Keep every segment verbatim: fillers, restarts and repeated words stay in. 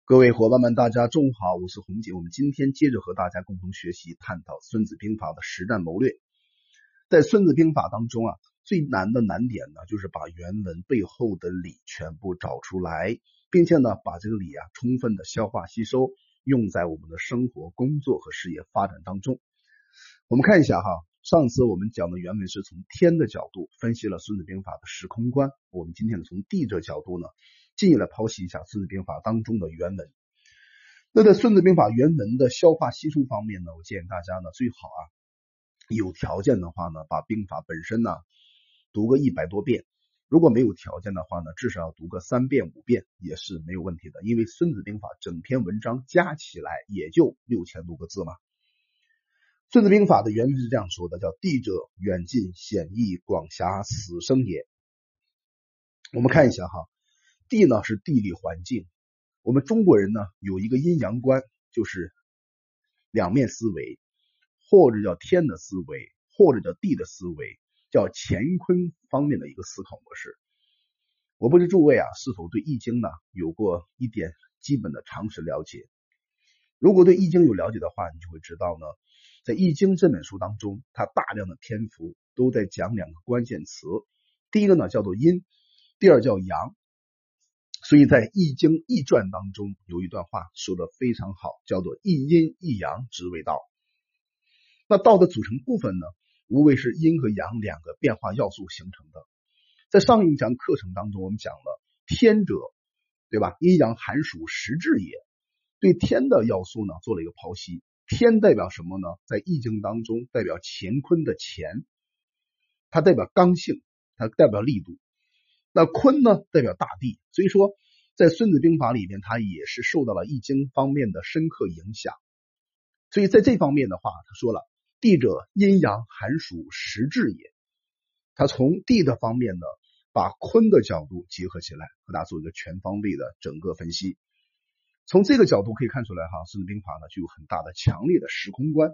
各位伙伴们，大家中午好，我是洪姐。我们今天接着和大家共同学习探讨《孙子兵法》的实战谋略。在《孙子兵法》当中啊，最难的难点呢，就是把原文背后的理全部找出来，并且呢，把这个理啊充分的消化吸收，用在我们的生活、工作和事业发展当中。我们看一下哈，上次我们讲的原文是从天的角度分析了《孙子兵法》的时空观，我们今天从地这角度呢，进一步来剖析一下《孙子兵法》当中的原文。那在《孙子兵法》原文的消化吸收方面呢，我建议大家呢最好啊，有条件的话呢，把兵法本身呢读个一百多遍。如果没有条件的话呢，至少要读个三遍五遍也是没有问题的。因为《孙子兵法》整篇文章加起来也就六千多个字嘛。孙子兵法的原文是这样说的，叫地者，远近险易广狭死生也。我们看一下哈，地呢是地理环境。我们中国人呢有一个阴阳观，就是两面思维，或者叫天的思维，或者叫地的思维，叫乾坤方面的一个思考模式。我不知诸位啊是否对易经呢有过一点基本的常识了解。如果对易经有了解的话，你就会知道呢，在易经这本书当中，它大量的篇幅都在讲两个关键词，第一个呢叫做阴，第二叫阳。所以在易经易传当中有一段话说的非常好，叫做一阴一阳之谓道。那道的组成部分呢，无非是阴和阳两个变化要素形成的。在上一讲课程当中我们讲了天者，对吧？阴阳寒暑时至也，对天的要素呢做了一个剖析。天代表什么呢？在易经当中代表乾坤的乾，它代表刚性，它代表力度。那坤呢代表大地，所以说在孙子兵法里面它也是受到了易经方面的深刻影响。所以在这方面的话，他说了地者，阴阳寒暑时至也。他从地的方面呢把坤的角度结合起来，和大家做一个全方位的整个分析。从这个角度可以看出来哈，孙子兵法呢具有很大的强烈的时空观。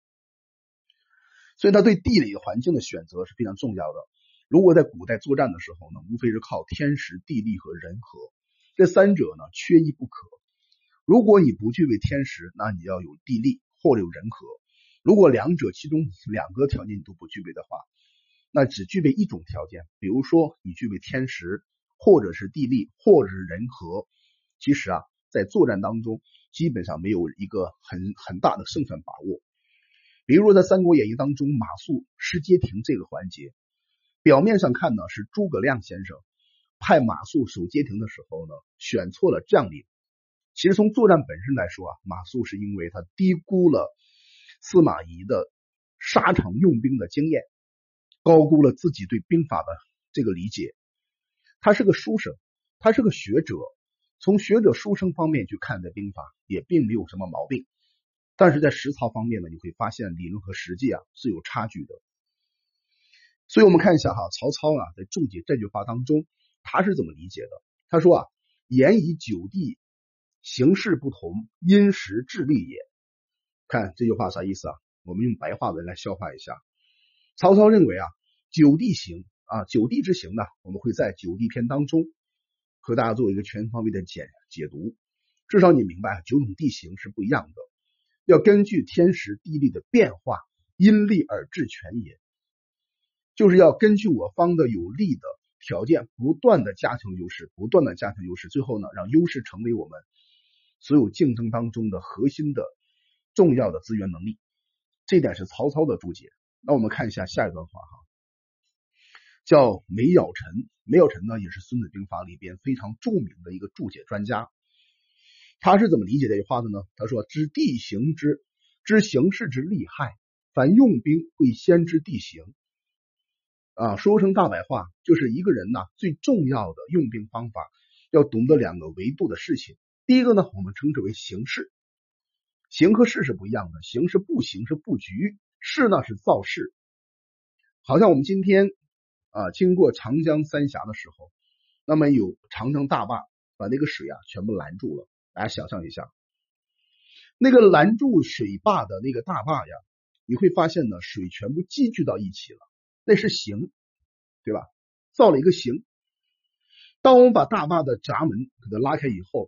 所以他对地理环境的选择是非常重要的。如果在古代作战的时候呢，无非是靠天时地利和人和，这三者呢缺一不可。如果你不具备天时，那你要有地利或者有人和。如果两者其中两个条件你都不具备的话，那只具备一种条件，比如说你具备天时或者是地利或者是人和，其实啊在作战当中基本上没有一个很很大的胜算把握。比如说在《三国演义》当中马谡失街亭这个环节，表面上看呢是诸葛亮先生派马谡守街亭的时候呢选错了将领。其实从作战本身来说啊，马谡是因为他低估了司马懿的沙场用兵的经验，高估了自己对兵法的这个理解。他是个书生，他是个学者，从学者书生方面去看待兵法也并没有什么毛病。但是在实操方面呢，你会发现理论和实际啊是有差距的。所以我们看一下哈，曹操啊在注解这句话当中他是怎么理解的。他说啊，言以九地形势不同，因时制利也。看这句话啥意思啊？我们用白话文来消化一下。曹操认为啊，九地形啊，九地之形呢，我们会在九地篇当中和大家做一个全方位的解解读。至少你明白九种地形是不一样的，要根据天时地利的变化，因利而制权也。就是要根据我方的有利的条件，不断的加强优势，不断的加强优势，最后呢，让优势成为我们所有竞争当中的核心的重要的资源能力。这点是曹操的注解。那我们看一下下一段话哈，叫梅尧臣。梅尧臣呢也是孙子兵法里边非常著名的一个注解专家。他是怎么理解这句话的呢？他说，知地形之知形势之利害，凡用兵会先知地形。啊，说成大白话，就是一个人呢最重要的用兵方法要懂得两个维度的事情。第一个呢，我们称之为形势。形和势是不一样的，形是布形，是布局，势呢是造势。好像我们今天啊经过长江三峡的时候，那么有长江大坝把那个水啊全部拦住了。大家想象一下，那个拦住水坝的那个大坝呀，你会发现呢水全部积聚到一起了，那是形，对吧？造了一个形。当我们把大坝的闸门给它拉开以后，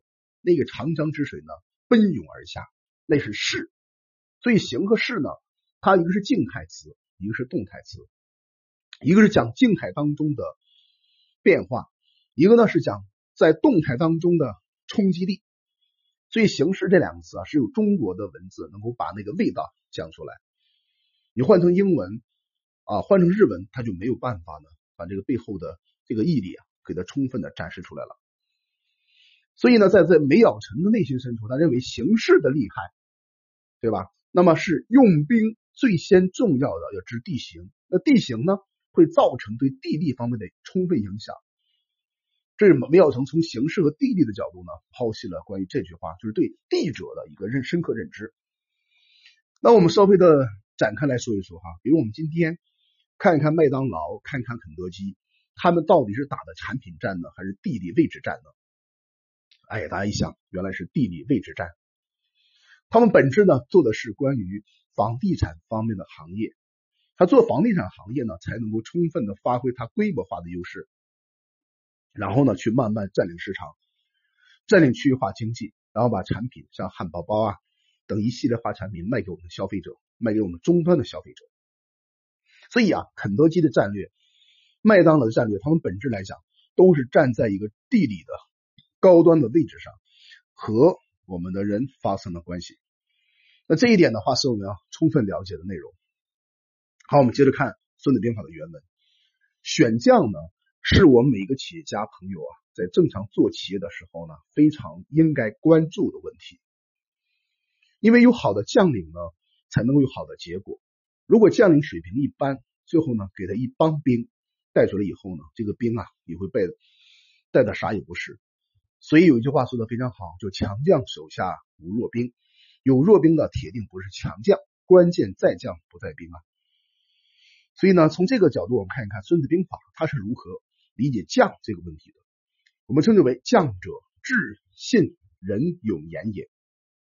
那个长江之水呢奔涌而下，那是势。所以形和势呢，它一个是静态词，一个是动态词，一个是讲静态当中的变化，一个呢是讲在动态当中的冲击力。所以形势这两个词啊，是有中国的文字能够把那个味道讲出来。你换成英文啊，换成日文，它就没有办法呢把这个背后的这个毅力啊给它充分的展示出来了。所以呢，在在梅尧臣的内心深处，他认为形势的厉害，对吧？那么是用兵最先重要的要知地形，那地形呢会造成对地利方面的充分影响。这是梅尧臣从形势和地利的角度呢剖析了关于这句话，就是对地者的一个认深刻认知。那我们稍微的展开来说一说哈，比如我们今天看一看麦当劳，看一看肯德基，他们到底是打的产品战呢，还是地理位置战呢？哎，大家一想，原来是地理位置战。他们本质呢做的是关于房地产方面的行业，他做房地产行业呢才能够充分的发挥它规模化的优势，然后呢去慢慢占领市场，占领区域化经济，然后把产品像汉堡包啊等一系列化产品卖给我们的消费者，卖给我们终端的消费者。所以啊，肯德基的战略，麦当劳的战略，他们本质来讲都是站在一个地理的高端的位置上，和我们的人发生了关系。那这一点的话是我们要充分了解的内容。好，我们接着看孙子兵法的原文。选将呢，是我们每一个企业家朋友啊，在正常做企业的时候呢，非常应该关注的问题。因为有好的将领呢，才能够有好的结果。如果将领水平一般，最后呢给他一帮兵带出来以后呢，这个兵啊也会被带的啥也不是。所以有一句话说的非常好，就强将手下无弱兵，有弱兵的铁定不是强将，关键在将不在兵啊。所以呢，从这个角度我们看一看孙子兵法它是如何理解将这个问题的。我们称之为将者智信仁勇严也。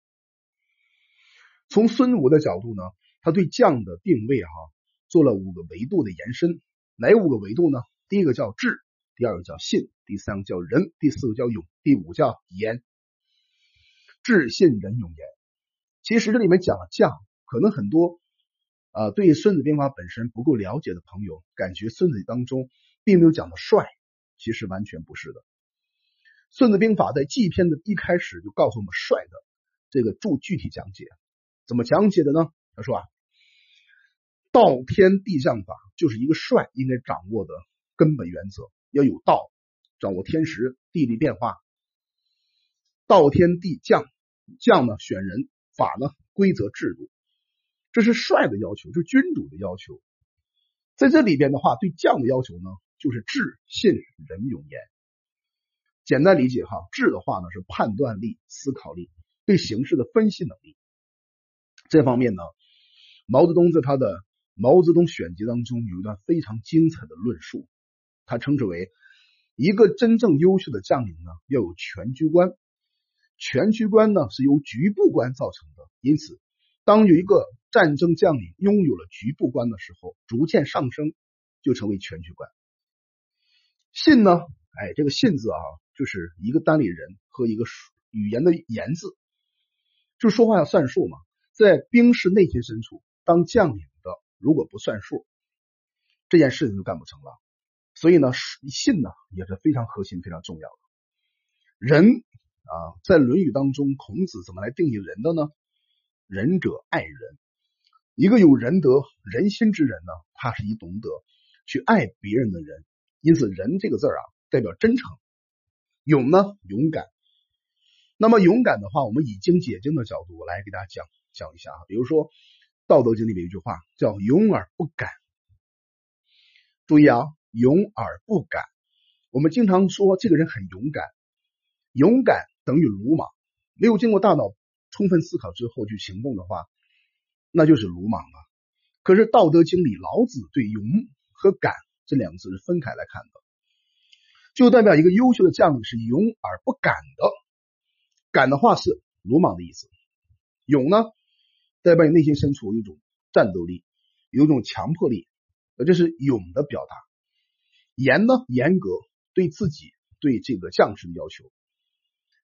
从孙武的角度呢，他对将的定位哈、啊，做了五个维度的延伸。哪五个维度呢？第一个叫智，第二个叫信，第三个叫仁，第四个叫勇，第五叫严。智信仁勇严。其实这里面讲了将，可能很多呃对孙子兵法本身不够了解的朋友，感觉孙子当中并没有讲到帅，其实完全不是的。孙子兵法在纪篇的一开始就告诉我们帅的这个注具体讲解。怎么讲解的呢？他说啊，道天地将法就是一个帅应该掌握的根本原则，要有道，掌握天时地利变化。道天地将，将呢选人，法呢规则制度，这是帅的要求，这是君主的要求。在这里边的话，对将的要求呢，就是智信仁勇严。简单理解哈，智的话呢是判断力、思考力，对形势的分析能力。这方面呢，毛泽东在他的《毛泽东选集》当中有一段非常精彩的论述，他称之为一个真正优秀的将领呢，要有全局观。全局观呢是由局部观造成的，因此当有一个战争将领拥有了局部观的时候，逐渐上升就成为全局观。信呢，哎，这个信字啊，就是一个单立人和一个语言的言字，就是说话要算数嘛。在兵士内心深处，当将领的如果不算数，这件事情就干不成了。所以呢，信呢也是非常核心、非常重要的。人啊，在《论语》当中，孔子怎么来定义人的呢？仁者爱人。一个有仁德、仁心之人呢，他是以懂得去爱别人的人。因此，仁这个字啊，代表真诚。勇呢，勇敢。那么勇敢的话，我们以经解经的角度，我来给大家讲讲一下啊。比如说《道德经》里面有一句话叫勇而不敢。注意啊，勇而不敢。我们经常说这个人很勇敢，勇敢等于鲁莽，没有经过大脑充分思考之后去行动的话，那就是鲁莽了。可是《道德经》里老子对勇和敢这两个字是分开来看的，就代表一个优秀的将领是勇而不敢的。敢的话是鲁莽的意思，勇呢代表你内心深处有一种战斗力，有一种强迫力，这是勇的表达。严呢，严格，对自己对这个将士的要求。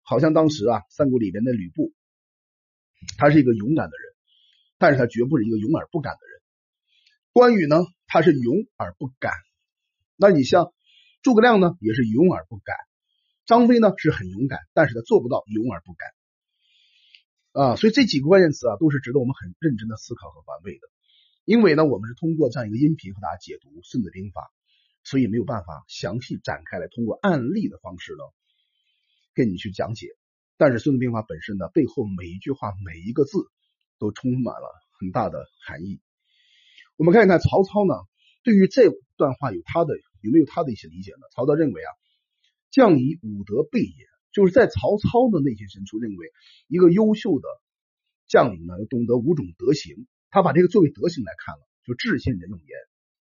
好像当时啊，三国里边的吕布，他是一个勇敢的人，但是他绝不是一个勇而不敢的人。关羽呢，他是勇而不敢。那你像诸葛亮呢，也是勇而不敢。张飞呢是很勇敢，但是他做不到勇而不敢啊。所以这几个关键词啊，都是值得我们很认真的思考和玩味的。因为呢，我们是通过这样一个音频和大家解读《孙子兵法》，所以没有办法详细展开来，通过案例的方式呢，跟你去讲解。但是《孙子兵法》本身呢，背后每一句话、每一个字都充满了很大的含义。我们看一看曹操呢，对于这段话有他的有没有他的一些理解呢？曹操认为啊，将以武德备也，就是在曹操的内心深处认为，一个优秀的将领呢，要懂得五种德行。他把这个作为德行来看了，就智信仁勇严。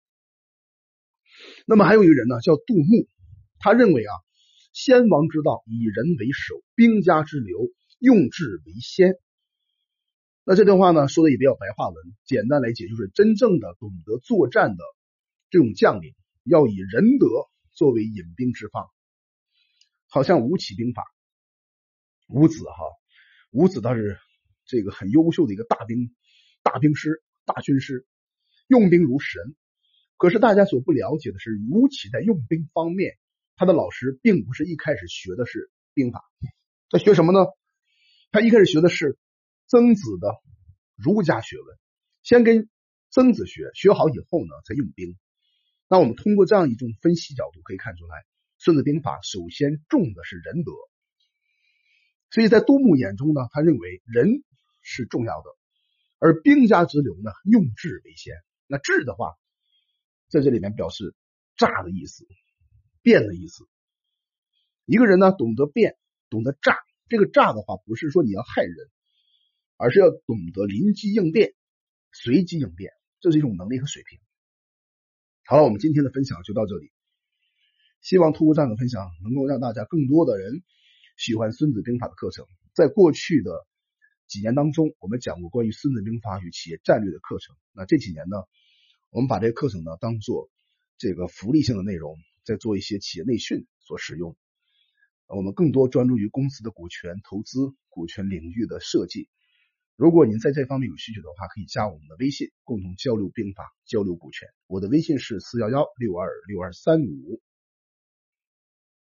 那么还有一个人呢，叫杜牧，他认为啊，先王之道，以人为首，兵家之流，用智为先。那这段话呢，说的也比较白话文，简单来解就是真正的懂得作战的这种将领，要以仁德作为引兵之方。好像吴起兵法，吴子哈，吴子他是这个很优秀的一个大兵大兵师、大军师，用兵如神。可是大家所不了解的是，吴起在用兵方面，他的老师并不是一开始学的是兵法，他学什么呢？他一开始学的是曾子的儒家学问，先跟曾子学，学好以后呢，才用兵。那我们通过这样一种分析角度可以看出来，孙子兵法首先重的是仁德。所以在杜牧眼中呢，他认为人是重要的，而兵家之流呢，用智为先。那智的话，在这里面表示诈的意思，变的意思。一个人呢，懂得变，懂得诈。这个诈的话，不是说你要害人，而是要懂得临机应变，随机应变，这是一种能力和水平。好了，我们今天的分享就到这里。希望通过这样的分享，能够让大家更多的人喜欢孙子兵法的课程。在过去的几年当中，我们讲过关于孙子兵法与企业战略的课程。那这几年呢，我们把这个课程呢当做这个福利性的内容，在做一些企业内训所使用。我们更多专注于公司的股权投资、股权领域的设计。如果您在这方面有需求的话，可以加我们的微信，共同交流兵法、交流股权。我的微信是四一一六二六二三五。